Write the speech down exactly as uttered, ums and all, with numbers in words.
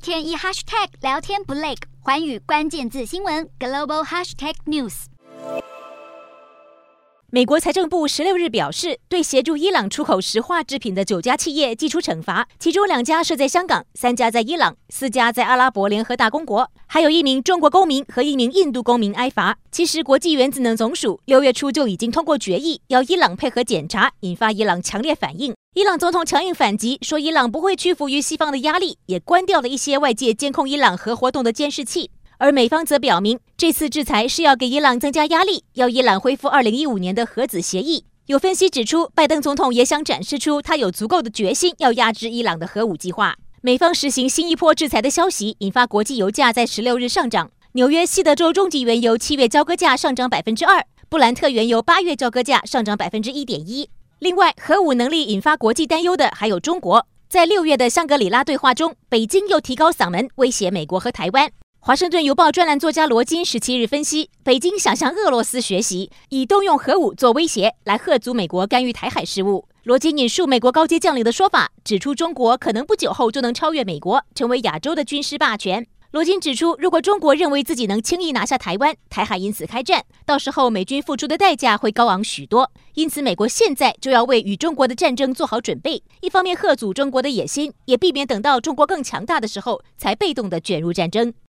天一 hashtag 聊天不累，寰宇关键字新闻 global hashtag news。 美国财政部十六日表示，对协助伊朗出口石化制品的九家企业祭出惩罚，其中两家设在香港，三家在伊朗，四家在阿拉伯联合大公国，还有一名中国公民和一名印度公民挨罚。其实，国际原子能总署六月初就已经通过决议，要伊朗配合检查，引发伊朗强烈反应。伊朗总统强硬反击，说伊朗不会屈服于西方的压力，也关掉了一些外界监控伊朗核活动的监视器。而美方则表明，这次制裁是要给伊朗增加压力，要伊朗恢复二零一五年的核子协议。有分析指出，拜登总统也想展示出他有足够的决心，要压制伊朗的核武计划。美方实行新一波制裁的消息，引发国际油价在十六日上涨。纽约西德州中级原油七月交割价上涨百分之二，布兰特原油八月交割价上涨百分之一点一。另外，核武能力引发国际担忧的还有中国。在六月的香格里拉对话中，北京又提高嗓门威胁美国和台湾。华盛顿邮报专栏作家罗金十七日分析，北京想向俄罗斯学习，以动用核武做威胁，来吓阻美国干预台海事务。罗金引述美国高阶将领的说法，指出中国可能不久后就能超越美国，成为亚洲的军事霸权。罗金指出，如果中国认为自己能轻易拿下台湾，台海因此开战，到时候美军付出的代价会高昂许多。因此，美国现在就要为与中国的战争做好准备，一方面吓阻中国的野心，也避免等到中国更强大的时候才被动地卷入战争。